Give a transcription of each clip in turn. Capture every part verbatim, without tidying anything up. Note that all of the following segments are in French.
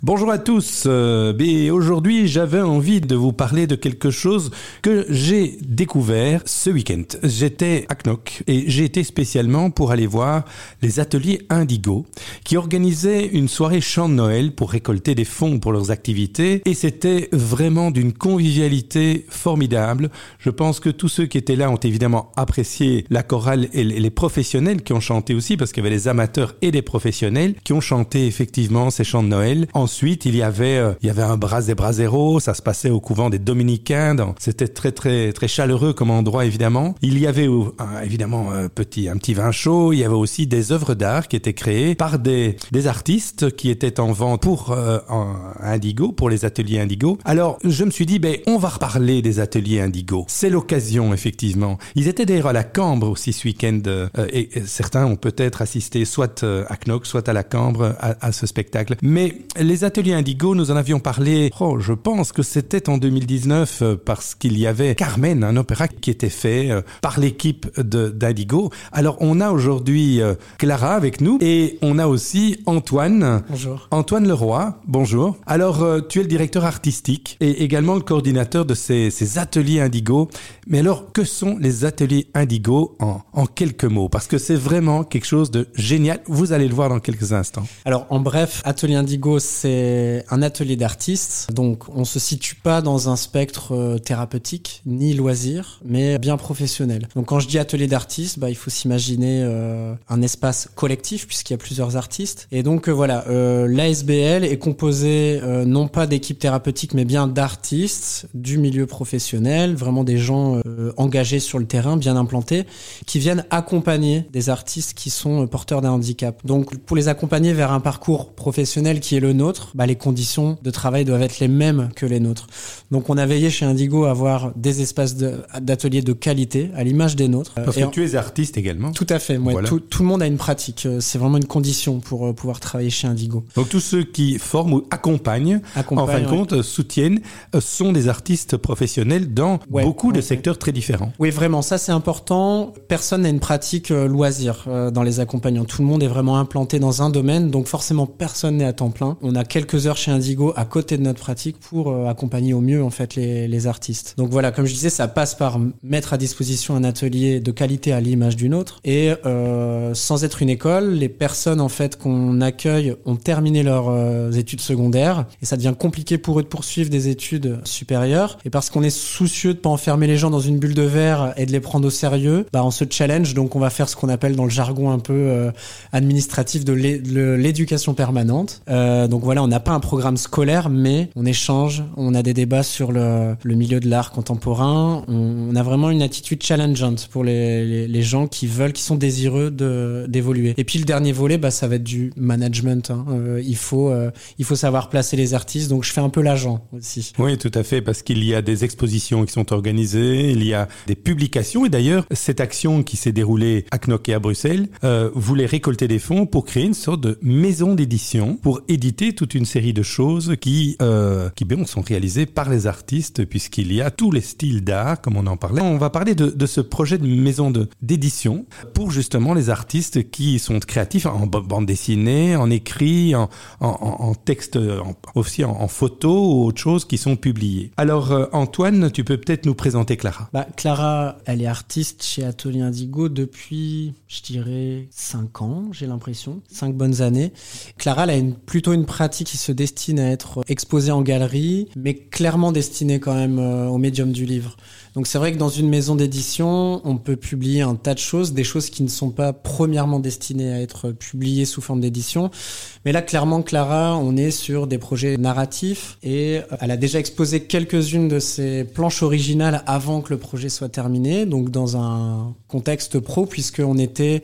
Bonjour à tous, euh, et aujourd'hui j'avais envie de vous parler de quelque chose que j'ai découvert ce week-end. J'étais à Knock et j'ai été spécialement pour aller voir les ateliers Indigo qui organisaient une soirée chant de Noël pour récolter des fonds pour leurs activités et c'était vraiment d'une convivialité formidable. Je pense que tous ceux qui étaient là ont évidemment apprécié la chorale et les professionnels qui ont chanté aussi parce qu'il y avait des amateurs et des professionnels qui ont chanté effectivement ces chants de Noël. Ensuite, il y avait euh, il y avait un bras des braseros, ça se passait au couvent des Dominicains. Dans, c'était très très très chaleureux comme endroit évidemment. Il y avait euh, évidemment un petit un petit vin chaud. Il y avait aussi des œuvres d'art qui étaient créées par des des artistes qui étaient en vente pour euh, en Indigo, pour les ateliers Indigo. Alors je me suis dit ben on va reparler des ateliers Indigo. C'est l'occasion effectivement. Ils étaient d'ailleurs à la Cambre aussi ce week-end euh, et, et certains ont peut-être assisté soit euh, à Knock, soit à la Cambre à, à ce spectacle. Mais les ateliers Indigo, nous en avions parlé, oh, je pense que c'était en deux mille dix-neuf euh, parce qu'il y avait Carmen, un opéra qui était fait euh, par l'équipe de, d'Indigo. Alors on a aujourd'hui euh, Clara avec nous et on a aussi Antoine. Bonjour. Antoine Leroy, bonjour. Alors euh, tu es le directeur artistique et également le coordinateur de ces, ces ateliers Indigo. Mais alors que sont les ateliers Indigo en, en quelques mots? Parce que c'est vraiment quelque chose de génial. Vous allez le voir dans quelques instants. Alors en bref, Atelier Indigo, c'est un atelier d'artistes, donc on se situe pas dans un spectre euh, thérapeutique ni loisir, mais bien professionnel. Donc quand je dis atelier d'artistes, bah il faut s'imaginer euh, un espace collectif puisqu'il y a plusieurs artistes. Et donc euh, voilà, euh, l'A S B L est composé euh, non pas d'équipes thérapeutiques, mais bien d'artistes du milieu professionnel, vraiment des gens euh, engagés sur le terrain, bien implantés, qui viennent accompagner des artistes qui sont euh, porteurs d'un handicap. Donc pour les accompagner vers un parcours professionnel qui est le nôtre, bah, les conditions de travail doivent être les mêmes que les nôtres. Donc on a veillé chez Indigo à avoir des espaces de, d'ateliers de qualité, à l'image des nôtres. Parce Et que en... tu es artiste également. Tout à fait, ouais, voilà. tout, tout le monde a une pratique. C'est vraiment une condition pour euh, pouvoir travailler chez Indigo. Donc tous ceux qui forment ou accompagnent, Accompagne, en fin de ouais. compte, soutiennent, euh, sont des artistes professionnels dans ouais, beaucoup ouais, de ouais. secteurs très différents. Oui, vraiment, ça c'est important. Personne n'a une pratique euh, loisir euh, dans les accompagnants. Tout le monde est vraiment implanté dans un domaine, donc forcément personne n'est à temps plein. On a quelques heures chez Indigo à côté de notre pratique pour euh, accompagner au mieux en fait les, les artistes. Donc voilà, comme je disais, ça passe par mettre à disposition un atelier de qualité à l'image du nôtre et euh, sans être une école, les personnes en fait qu'on accueille ont terminé leurs euh, études secondaires et ça devient compliqué pour eux de poursuivre des études supérieures et parce qu'on est soucieux de pas enfermer les gens dans une bulle de verre et de les prendre au sérieux, bah on se challenge, donc on va faire ce qu'on appelle dans le jargon un peu euh, administratif de, l'é- de l'éducation permanente. Euh, donc voilà, on n'a pas un programme scolaire, mais on échange, on a des débats sur le, le milieu de l'art contemporain, on, on a vraiment une attitude challengeante pour les, les, les gens qui veulent, qui sont désireux de, d'évoluer. Et puis le dernier volet, bah, ça va être du management. Hein. Euh, il faut, euh, il faut savoir placer les artistes, donc je fais un peu l'agent aussi. Oui, tout à fait, parce qu'il y a des expositions qui sont organisées, il y a des publications, et d'ailleurs, cette action qui s'est déroulée à Knock et à Bruxelles euh, voulait récolter des fonds pour créer une sorte de maison d'édition pour éditer toute une série de choses qui, euh, qui bien, sont réalisées par les artistes, puisqu'il y a tous les styles d'art, comme on en parlait. On va parler de, de ce projet de maison de, d'édition pour justement les artistes qui sont créatifs en bande dessinée, en écrit, en, en, en texte, en, aussi en, en photo ou autre chose qui sont publiés. Alors euh, Antoine, tu peux peut-être nous présenter Clara. Bah, Clara, elle est artiste chez Atelier Indigo depuis, je dirais, cinq ans, j'ai l'impression, cinq bonnes années. Clara, elle a une, plutôt une pratique qui se destine à être exposée en galerie, mais clairement destinée quand même euh, au médium du livre. Donc c'est vrai que dans une maison d'édition, on peut publier un tas de choses, des choses qui ne sont pas premièrement destinées à être publiées sous forme d'édition. Mais là, clairement, Clara, on est sur des projets narratifs et elle a déjà exposé quelques-unes de ses planches originales avant que le projet soit terminé, donc dans un contexte pro, puisqu'on était...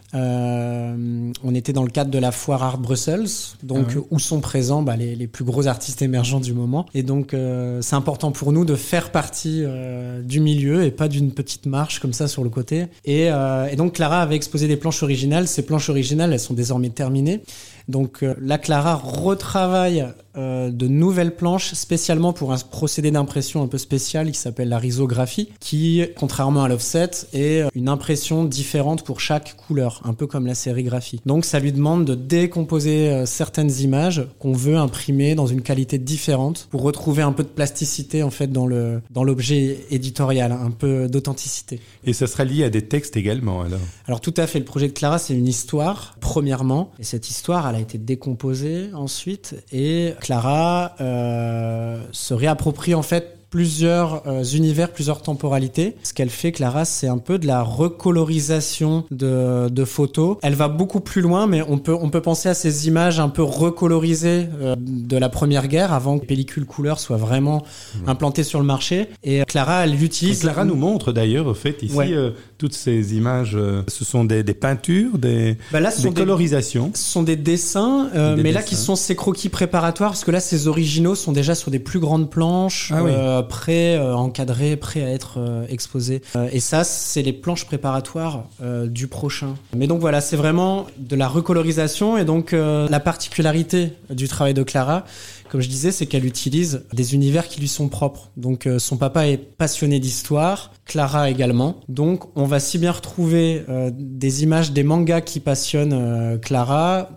Euh, on était dans le cadre de la foire Art Brussels, donc ah ouais. où sont présents bah, les, les plus gros artistes émergents du moment. Et donc, euh, c'est important pour nous de faire partie euh, du milieu et pas d'une petite marche comme ça sur le côté. Et, euh, et donc, Clara avait exposé des planches originales. Ces planches originales, elles sont désormais terminées. Donc euh, là, Clara retravaille euh, de nouvelles planches spécialement pour un procédé d'impression un peu spécial qui s'appelle la risographie, qui, contrairement à l'offset, est une impression différente pour chaque couleur, un peu comme la sérigraphie. Donc ça lui demande de décomposer euh, certaines images qu'on veut imprimer dans une qualité différente pour retrouver un peu de plasticité en fait dans le dans l'objet éditorial, un peu d'authenticité. Et ça sera lié à des textes également alors. Alors tout à fait, le projet de Clara, c'est une histoire premièrement, et cette histoire elle a été décomposée ensuite, et Clara euh, se réapproprie en fait plusieurs euh, univers, plusieurs temporalités. Ce qu'elle fait, Clara, c'est un peu de la recolorisation de, de photos. Elle va beaucoup plus loin, mais on peut, on peut penser à ces images un peu recolorisées euh, de la Première Guerre, avant que les pellicules couleur soient vraiment mmh. implantées sur le marché. Et Clara, elle l'utilise. Et Clara nous montre d'ailleurs, au fait, ici, ouais. euh, toutes ces images, euh, ce sont des, des peintures, des, bah là, ce des sont colorisations. Des, ce sont des dessins, euh, des mais dessins. Là, qui sont ces croquis préparatoires, parce que là, ces originaux sont déjà sur des plus grandes planches. Ah oui. Euh, prêts, euh, encadrés, prêts à être euh, exposés. Euh, et ça, c'est les planches préparatoires euh, du prochain. Mais donc voilà, c'est vraiment de la recolorisation. Et donc euh, la particularité du travail de Clara, comme je disais, c'est qu'elle utilise des univers qui lui sont propres. Donc euh, son papa est passionné d'histoire, Clara également. Donc on va si bien retrouver euh, des images des mangas qui passionnent euh, Clara,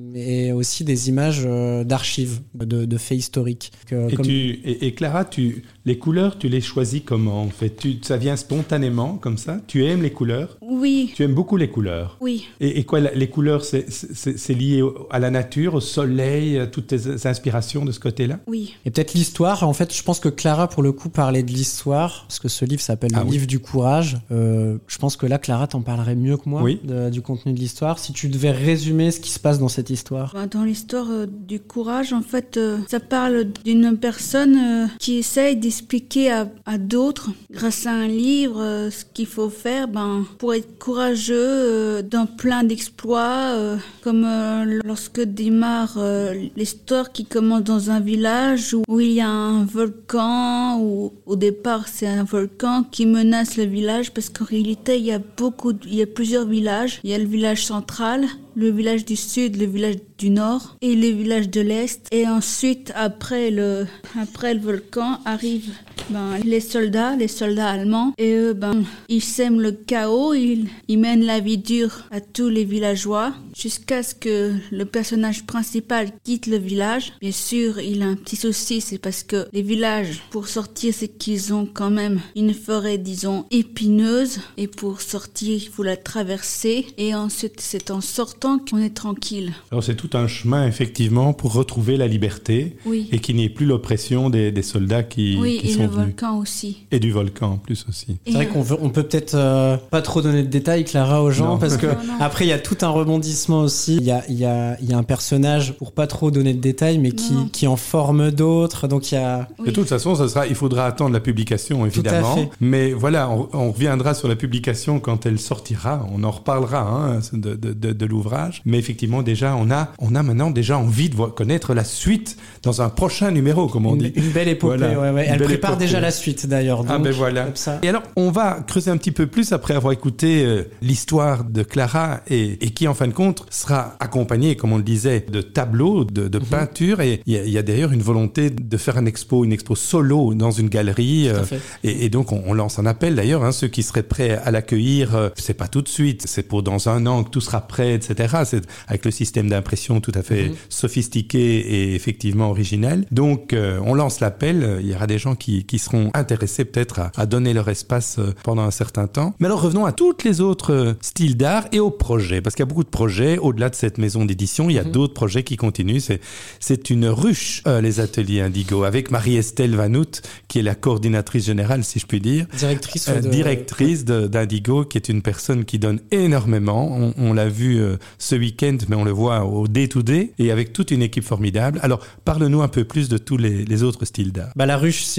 et aussi des images euh, d'archives, de, de faits historiques. Que, et, comme... tu, et, et Clara, tu, les couleurs, tu les choisis comment en fait tu, ça vient spontanément comme ça? Tu aimes les couleurs? Oui. Tu aimes beaucoup les couleurs? Oui. Et, et quoi, les couleurs, c'est, c'est, c'est lié à la nature, au soleil, à toutes tes inspirations de ce côté-là? Oui. Et peut-être l'histoire. En fait, je pense que Clara, pour le coup, parlait de l'histoire, parce que ce livre s'appelle ah, Le oui. livre du courage. Euh, je pense que là, Clara t'en parlerait mieux que moi oui. de, du contenu de l'histoire. Si tu devais résumer ce qui se passe dans cette histoire. Dans l'histoire euh, du courage, en fait, euh, ça parle d'une personne euh, qui essaye d'expliquer à, à d'autres, grâce à un livre, euh, ce qu'il faut faire ben, pour être courageux euh, dans plein d'exploits, euh, comme euh, lorsque démarre euh, l'histoire qui commence dans un village où, où il y a un volcan, où au départ c'est un volcan qui menace le village, parce qu'en réalité il y a beaucoup, il y a plusieurs villages. Il y a le village central, le village du sud, le village du nord et le village de l'est. Et ensuite, après le, après le volcan, arrivent ben, les soldats, les soldats allemands. Et eux, ben, ils sèment le chaos, ils, ils mènent la vie dure à tous les villageois, jusqu'à ce que le personnage principal quitte le village. Bien sûr, il a un petit souci, c'est parce que les villages, pour sortir, c'est qu'ils ont quand même une forêt, disons, épineuse. Et pour sortir, il faut la traverser. Et ensuite, c'est en sortant qu'on est tranquille. Alors c'est tout un chemin effectivement pour retrouver la liberté oui. et qu'il n'y ait plus l'oppression des, des soldats qui, oui, qui et sont le venus. volcan aussi. Et du volcan en plus aussi. C'est et vrai euh... qu'on veut, on peut peut-être euh, pas trop donner de détails, Clara, aux gens, non. parce que non, non. après il y a tout un rebondissement aussi. Il y a, il y a, il y a un personnage, pour pas trop donner de détails, mais qui, qui en forme d'autres. Donc il y a. Oui. De toute façon, ça sera, il faudra attendre la publication évidemment. Tout à fait. Mais voilà, on, on reviendra sur la publication quand elle sortira. On en reparlera hein, de, de, de, de l'ouvrage. Mais effectivement, déjà, on a, on a maintenant déjà envie de voir, connaître la suite dans un prochain numéro, comme on une, dit. Une belle épopée, voilà. ouais, ouais. Elle prépare épopée. déjà la suite d'ailleurs. Donc, ah ben voilà. Ça. Et alors, on va creuser un petit peu plus après avoir écouté euh, l'histoire de Clara et, et qui, en fin de compte, sera accompagnée, comme on le disait, de tableaux, de, de mm-hmm. peintures. Et il y, y a d'ailleurs une volonté de faire une expo, une expo solo dans une galerie. Euh, et, et donc, on, on lance un appel d'ailleurs, hein, ceux qui seraient prêts à l'accueillir. Euh, c'est pas tout de suite, c'est pour dans un an que tout sera prêt, et cetera. C'est avec le système d'impression tout à fait mmh. sophistiqué et effectivement original. Donc, euh, on lance l'appel. Il y aura des gens qui, qui seront intéressés peut-être à, à donner leur espace pendant un certain temps. Mais alors, revenons à toutes les autres styles d'art et aux projets. Parce qu'il y a beaucoup de projets. Au-delà de cette maison d'édition, il y a mmh. d'autres projets qui continuent. C'est, c'est une ruche, euh, les ateliers Indigo, avec Marie-Estelle Vanout, qui est la coordinatrice générale, si je puis dire. Directrice. Euh, de... Directrice de, d'Indigo, qui est une personne qui donne énormément. On, on l'a vu euh, ce week-end, mais on le voit au day-to-day et avec toute une équipe formidable. Alors, parle-nous un peu plus de tous les, les autres styles d'art. Bah, la ruche, c'est une belle image.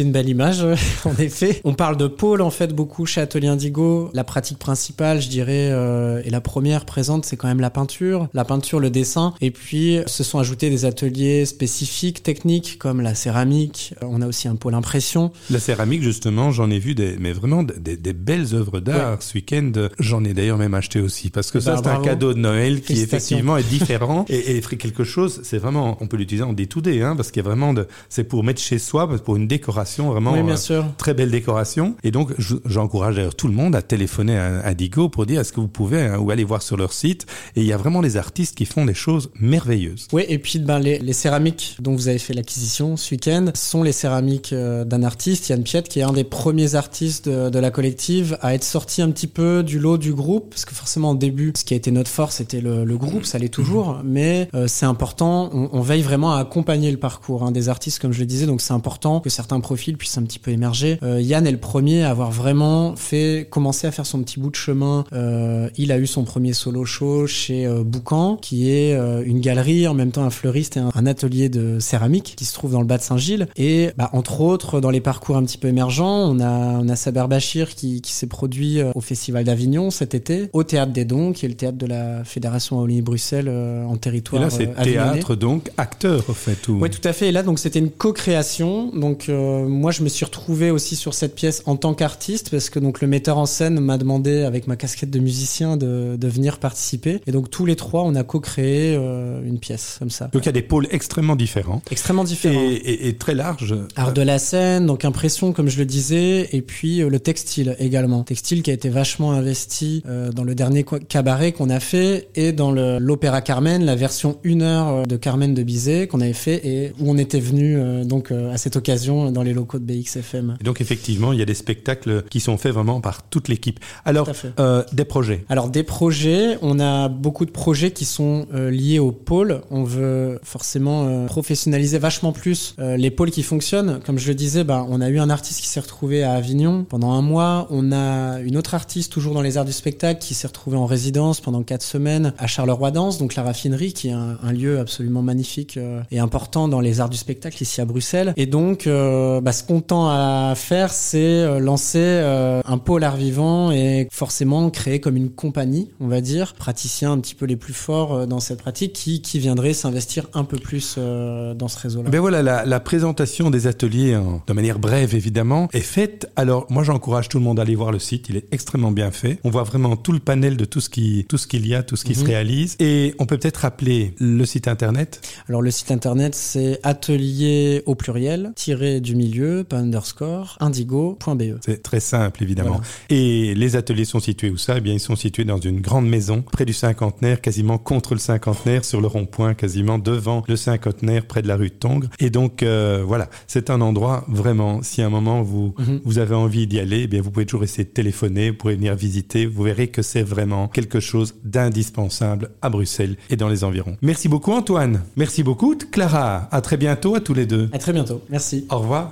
l'image, en effet. On parle de pôle, en fait, beaucoup chez Atelier Indigo. La pratique principale, je dirais, euh, et la première présente, c'est quand même la peinture. La peinture, le dessin. Et puis, se sont ajoutés des ateliers spécifiques, techniques, comme la céramique. On a aussi un pôle impression. La céramique, justement, j'en ai vu des, mais vraiment des, des belles œuvres d'art. Ouais. Ce week-end, j'en ai d'ailleurs même acheté aussi. Parce que ça, bah, c'est bravo. Un cadeau de Noël qui, effectivement, est différent. et, et quelque chose, c'est vraiment, on peut l'utiliser en D deux D, hein, parce qu'il y a vraiment de, c'est pour mettre chez soi, pour une décoration, vraiment, oui, bien euh, sûr. Très belle décoration. Et donc, j'encourage d'ailleurs tout le monde à téléphoner à Indigo pour dire est-ce que vous pouvez, hein, ou aller voir sur leur site. Et il y a vraiment des artistes qui font des choses merveilleuses. Oui, et puis ben, les, les céramiques dont vous avez fait l'acquisition ce week-end sont les céramiques euh, d'un artiste, Yann Piette, qui est un des premiers artistes de, de la collective à être sorti un petit peu du lot du groupe, parce que forcément au début, ce qui a été notre force, c'était le, le groupe, ça l'est toujours, mais euh, c'est important, on, on veille vraiment à accompagner le parcours hein, des artistes, comme je le disais, donc c'est important que certains profils puissent un petit peu émerger. Euh, Yann est le premier à avoir vraiment fait, commencé à faire son petit bout de chemin. Euh, il a eu son premier solo show chez euh, Boucan, qui est euh, une galerie, en même temps un fleuriste et un, un atelier de céramique qui se trouve dans le bas de Saint-Gilles. Et bah, entre autres, dans les parcours un petit peu émergents, on a, on a Saber Bachir qui, qui s'est produit euh, au Festival d'Avignon cet été, au Théâtre des Dons, qui est le théâtre de la Fédération Wallonie-Bruxelles euh, en territoire. Et là, c'est euh, théâtre, donc acteur, au fait. Ou... Oui, tout à fait. Et là, donc, c'était une co-création. Donc, euh, moi, je me suis retrouvé aussi sur cette pièce en tant qu'artiste, parce que donc le metteur en scène m'a demandé, avec ma casquette de musicien, de, de venir participer. Et donc, tous les trois, on a co-créé euh, une pièce comme ça. Donc, il y a des pôles extrêmement différents. Extrêmement différents. Et, et, et très larges. Art de la scène, donc impression, comme je le disais, et puis euh, le textile également. Textile qui a été vachement investi euh, dans le dernier cabaret qu'on a fait et dans le, l'Opéra Carmen, la version une heure de Carmen de Bizet qu'on avait fait et où on était venu euh, donc euh, à cette occasion dans les locaux de B X F M. Et donc effectivement, il y a des spectacles qui sont faits vraiment par toute l'équipe. Alors, euh, des projets. Alors des projets, on a beaucoup de projets qui sont euh, liés au pôle. On veut forcément euh, professionnaliser vachement plus euh, les pôles qui fonctionnent. Comme je le disais, bah, on a eu un artiste qui s'est retrouvé à Avignon pendant un mois. On a une autre artiste toujours dans les arts du spectacle qui s'est retrouvée en résidence pendant quatre semaines à Charleroi-Danse, donc la Raffinerie, qui est un, un lieu absolument magnifique euh, et important dans les arts du spectacle ici à Bruxelles. Et donc, euh, bah, ce qu'on tend à faire, c'est euh, lancer euh, un pôle art vivant et forcément créer comme une compagnie, on va dire, praticiens un petit peu les plus forts euh, dans cette pratique qui, qui viendraient s'investir un peu plus euh, dans ce réseau-là. Ben voilà, la, la présentation des ateliers, hein, de manière brève évidemment, est faite. Alors, moi j'encourage tout le monde à aller voir le site, il est extrêmement bien fait. On voit vraiment tout le panel de tout ce, qui, tout ce qu'il y a, tout ce qui mmh. se réalise. Et on peut peut-être rappeler le site internet. Alors le site internet, c'est atelier au pluriel, tiré du milieu, pas underscore, indigo point b e. C'est très simple évidemment. Voilà. Et les ateliers sont situés où ça ? Eh bien, ils sont situés dans une grande maison, près du cinquantenaire, quasiment contre le cinquantenaire, sur le rond-point, quasiment devant le cinquantenaire, près de la rue de Tongres. Et donc, euh, voilà, c'est un endroit vraiment, si à un moment vous, mm-hmm. vous avez envie d'y aller, eh bien, vous pouvez toujours essayer de téléphoner, vous pouvez venir visiter, vous verrez que c'est vraiment quelque chose d'indispensable à Bruxelles et dans les environs. Merci beaucoup Antoine. Merci beaucoup Clara. À très bientôt à tous les deux. À très bientôt. Merci. Au revoir.